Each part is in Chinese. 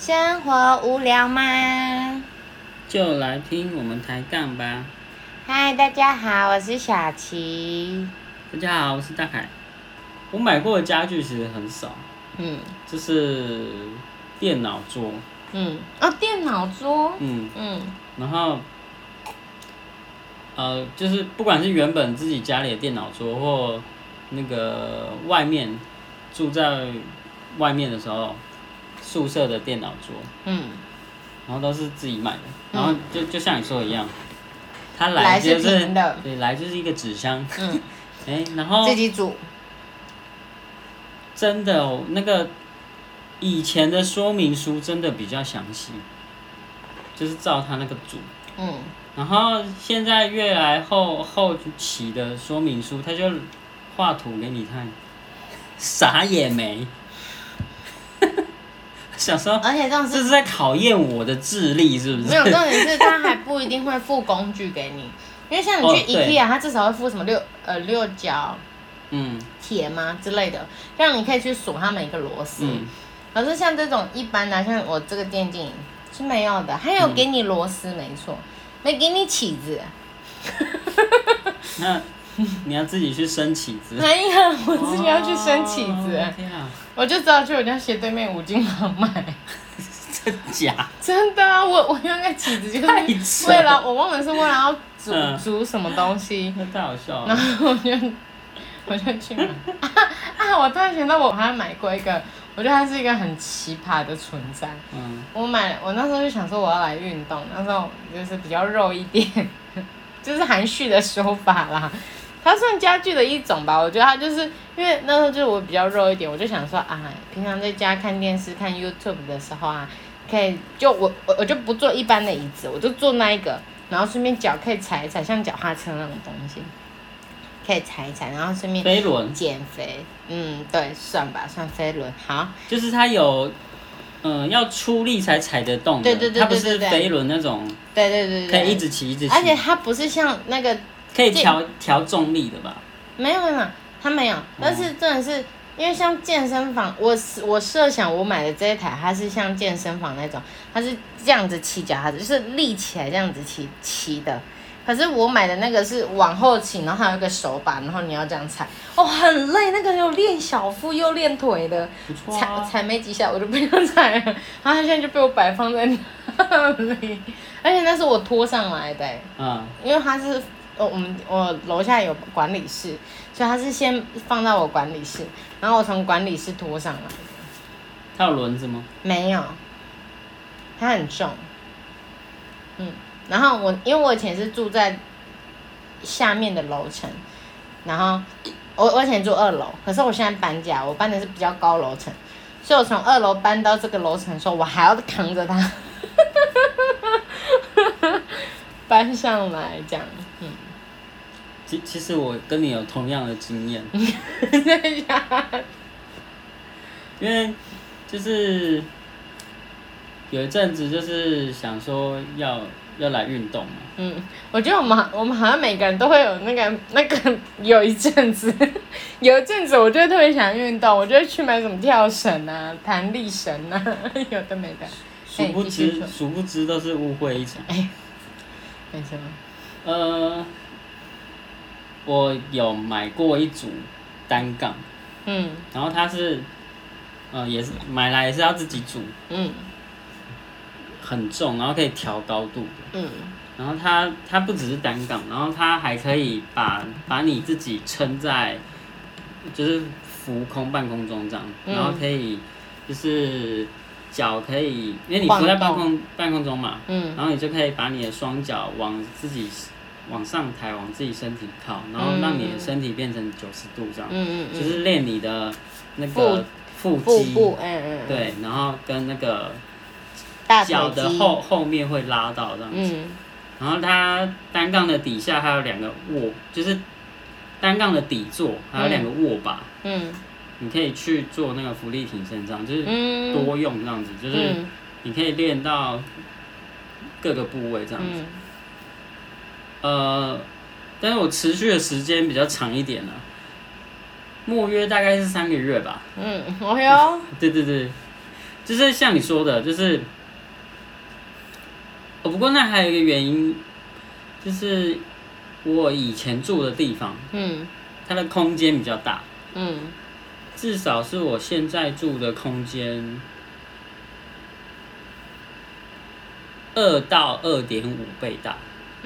生活无聊吗？ 就来听我们抬杠吧。 嗨，大家好，我是小琪。 大家好，我是大凯。我买过的家具其实很少，就是电脑桌， 电脑桌， 然后就是不管是原本自己家里的电脑桌，或那个外面住在外面的时候，宿舍的电脑桌，然后都是自己买的，然后就像你说的一样，它来就是平的， 对，来就是一个纸箱，然后自己煮。 真的哦，那个以前的说明书真的比较详细，就是照它那个煮。然后现在越来后期的说明书，它就画图给你看，啥也没。想说， 而且这是在考验我的智力，是不是？ 没有，重点是它还不一定会附工具给你，因为像你去 IKEA，它至少会附什么六角铁吗之类的，让你可以去锁它每一个螺丝。可是像这种一般的，像我这个电竞是没有的，还有给你螺丝没错，没给你起子。 那你要自己去升起子？ 哎呀，我自己要去升起子。 天啊！ 我就只好去我家斜对面五金行买。 真假？ 真的啊，我用那个起子就是为了，我忘了是为了要煮什么东西。 那太好笑了。 然后我就去买我突然想到我还买过一个，我觉得它是一个很奇葩的存在。我那时候就想说我要来运动，那时候就是比较肉一点，就是含蓄的说法啦。它算家具的一种吧，我觉得它就是因为那时候就是我比较肉一点，我就想说平常在家看电视看 YouTube 的时候可以就我就不坐一般的椅子，我就坐那一个，然后顺便脚可以踩一踩，像脚踏车那种东西，可以踩一踩，然后顺便飞轮减肥，对，算吧，算飞轮，好， 就是它有要出力才踩得动的， 对， 它不是飞轮那种， 对， 可以一直骑一直骑， 而且它不是像那个。 可以调重力的吧？ 没有，它没有。但是真的是，因为像健身房，我设想我买的这一台，它是像健身房那种，它是这样子骑脚踏车，就是立起来这样子骑的。可是我买的那个是往后骑，然后还有一个手把，然后你要这样踩，很累。那个有练小腹又练腿的， 不错啊。 踩没几下我就不用踩了，然后它现在就被我摆放在那里，而且那是我拖上来的，因为它是。我楼下有管理室，所以他是先放到我管理室，然后我从管理室拖上来的。 它有轮子吗？没有，它很重。然后因为我以前是住在下面的楼层，然后我以前住2楼，可是我现在搬家，我搬的是比较高楼层，所以我从2楼搬到这个楼层的时候，我还要扛着它搬上来这样。 其实我跟你有同样的经验，因为就是有一阵子就是想说要来运动嘛。 我觉得我们好像每个人都会有那个有一阵子我就会特别想运动，我就会去买什么跳绳啊、弹力绳啊，有的没的。 殊不知都是误会一场。 为什么？ 我有买过一组单杠，然后它是，也是买来也是要自己组，很重，然后可以调高度的，然后它不只是单杠，然后它还可以把你自己撑在，就是浮空半空中这样，然后可以就是脚可以，因为你浮在半空中嘛，然后你就可以把你的双脚往上抬，往自己身体靠，然后让你的身体变成90度这样，就是练你的那个腹肌，对，然后跟那个脚的后面会拉到这样子，然后它单杠的底下还有2个就是单杠的底座还有2个握把，你可以去做那个浮力挺身这样，就是多用这样子，就是你可以练到各个部位这样子。但是我持续的时间比较长一点莫约大概是3个月吧。 对。 就是像你说的，就是不过那还有一个原因，就是我以前住的地方，它的空间比较大，至少是我现在住的空间2到2.5倍大，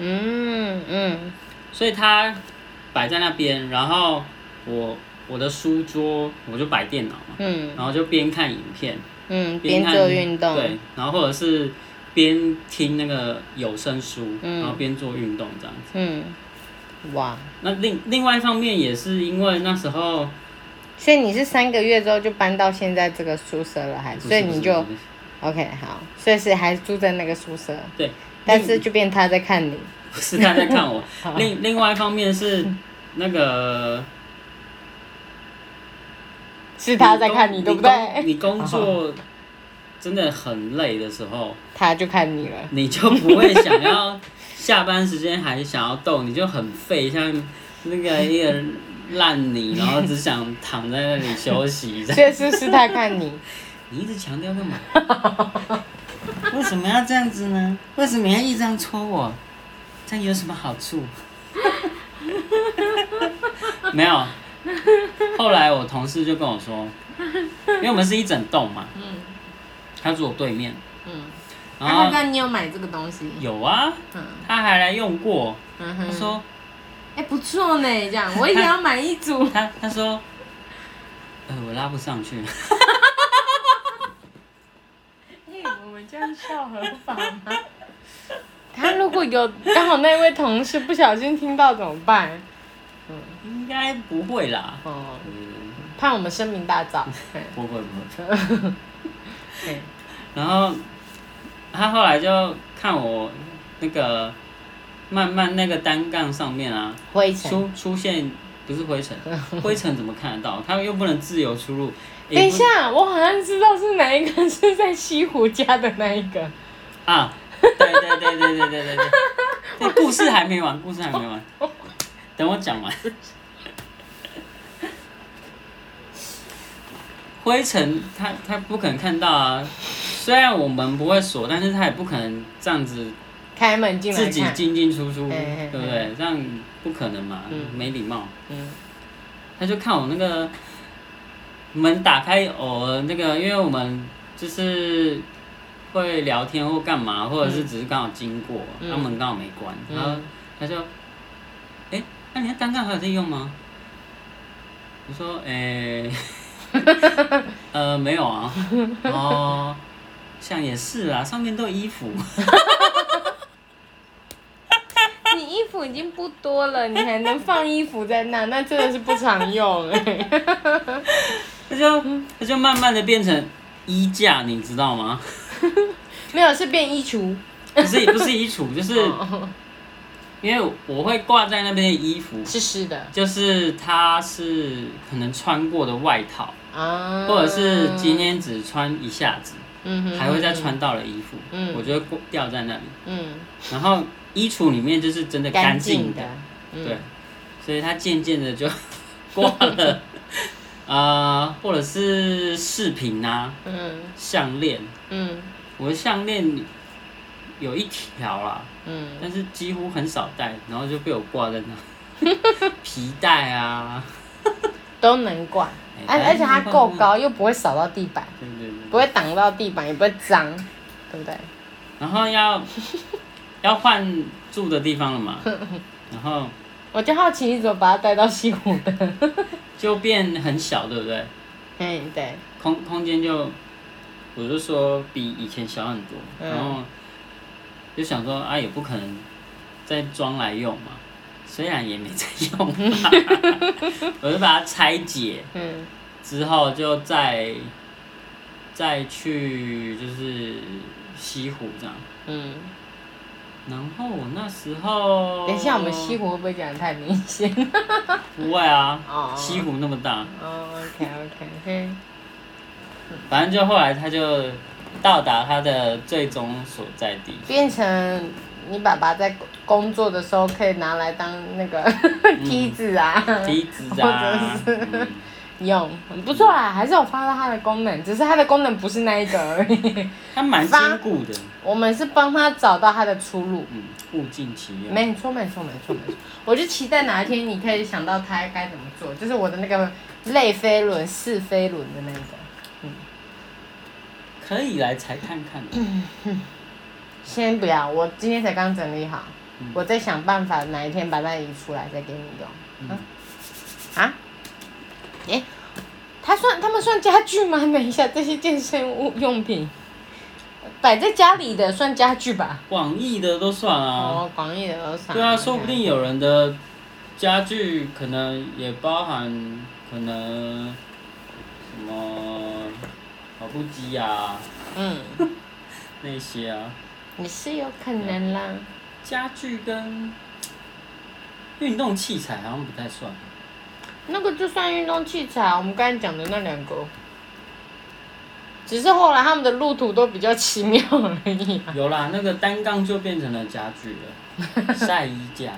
所以它摆在那边，然后我的书桌我就摆电脑嘛，然后就边看影片， 边做运动， 对，然后或者是边听那个有声书，然后边做运动这样子， 哇， 那另外一方面也是因为那时候， 所以你是3个月之后就搬到现在这个宿舍了，所以你就 OK 好，所以是还住在那个宿舍， 对， 但是就变他在看你， 不是他在看我，另外一方面是那个。 是他在看你，对不对？ 你工作真的很累的时候， 他就看你了， 你就不会想要下班时间还想要动，你就很废，像那个一个烂泥，然后只想躺在那里休息。 所以是他看你， 你一直强调干嘛？为什么要这样子呢？为什么要一直这样戳我？这样有什么好处？没有。后来我同事就跟我说，因为我们是一整栋嘛，他住我对面， 然后他看你有买这个东西， 有啊，他还来用过，他说， 不错呢，这样我也要买一组。 他说，我拉不上去。 我们这样笑合法吗？他如果有刚好那位同事不小心听到怎么办？ 应该不会啦。 怕我们声名大噪。 不会。然后他后来就看我那个慢慢那个单杠上面啊， 灰尘出现不是灰尘，灰尘怎么看得到？他又不能自由出入。 等一下，我好像知道是哪一个是在西湖家的那一个。 啊，对。故事还没完。等我讲完。灰尘他不可能看到啊，虽然我门不会锁，但是他也不可能这样子开门进来自己进出，对不对？这样不可能嘛，没礼貌。他就看我那个门打开，偶尔那个，因为我们就是会聊天或干嘛，或者是只是刚好经过，他门刚好没关，然后他就，那你的单杠还有在用吗？我说，没有啊。哦，想也是啊，上面都有衣服。 你衣服已经不多了，你还能放衣服在那真的是不常用它就慢慢的变成衣架，你知道吗？ 没有，是变衣橱。 不是衣橱，就是。因为我会挂在那边的衣服是湿的， 就是它是可能穿过的外套，或者是今天只穿一下子，还会再穿到的衣服，我就会吊在那里，然后衣橱里面就是真的干净的，对，所以它渐渐的就挂了，或者是饰品啊，项链，我的项链有1条啦。但是几乎很少戴，然后就被我挂在那。皮带啊， 都能挂，而且它够高，又不会扫到地板， 对， 不会挡到地板，也不会脏，对不对？ 然后要换住的地方了嘛，然后我就好奇你怎么把它带到西湖的， 就变很小，对不对？ 对。 空间就，我就说比以前小很多，然后。就想说也不可能再装来用嘛，虽然也没在用我就把它拆解，之后就再去就是西湖这样，然后我那时候， 等一下我们西湖会不会讲得太明显？ 不会啊，西湖那么大。 OK， 反正就后来他就。到达他的最终所在地， 变成你爸爸在工作的时候可以拿来当那个梯子啊， 或者是用，很不错啦，还是有发到它的功能，只是它的功能不是那一个而已。 它蛮坚固的。 我们是帮他找到他的出路。 物尽其用。 没错。我就期待哪一天你可以想到它该怎么做，就是我的那个类飞轮、四飞轮的那个。 可以来才看看。 先不要，我今天才刚整理好，我再想办法哪一天把它移出来再给你用。他们算家具吗？等一下，这些健身用品摆在家里的算家具吧？ 广义的都算啊。 广义的都算。 对啊，说不定有人的家具可能也包含可能什么跑步机啊，那些啊。 也是有可能啦。 家具跟运动器材好像不太算。 那个就算运动器材，我们刚才讲的那2个，只是后来他们的路途都比较奇妙而已。 有啦，那个单杠就变成了家具了，晒衣架。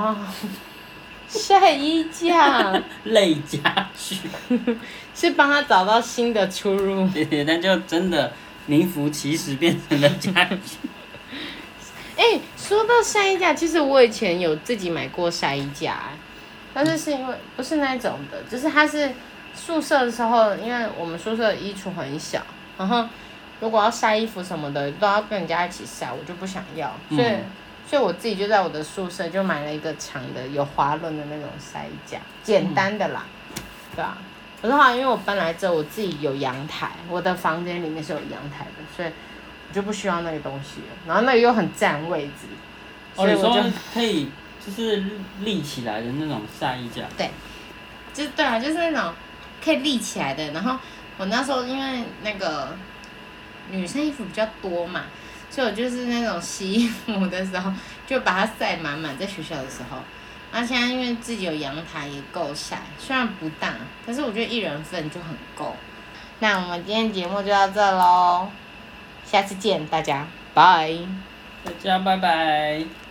晒衣架。 类家具。 是帮他找到新的出路。 对，那就真的名副其实变成了家具。 说到晒衣架，其实我以前有自己买过晒衣架，但是因为不是那种的，就是它是宿舍的时候，因为我们宿舍的衣橱很小，然后如果要晒衣服什么的都要跟人家一起晒，我就不想要，所以我自己就在我的宿舍就买了一个长的有滑轮的那种晒衣架，简单的啦，对啊。可是后来因为我搬来这，我自己有阳台，我的房间里面是有阳台的，所以我就不需要那个东西了，然后那个又很占位置，所以我就可以就是立起来的那种晒衣架。 对，对啊，就是那种可以立起来的。然后我那时候因为那个女生衣服比较多嘛，所以我就是那种洗衣服的时候就把它晒满满，在学校的时候。那现在因为自己有阳台也够晒，虽然不大，但是我觉得1人份就很够。那我们今天节目就到这咯，下次见大家，拜。 大家拜拜。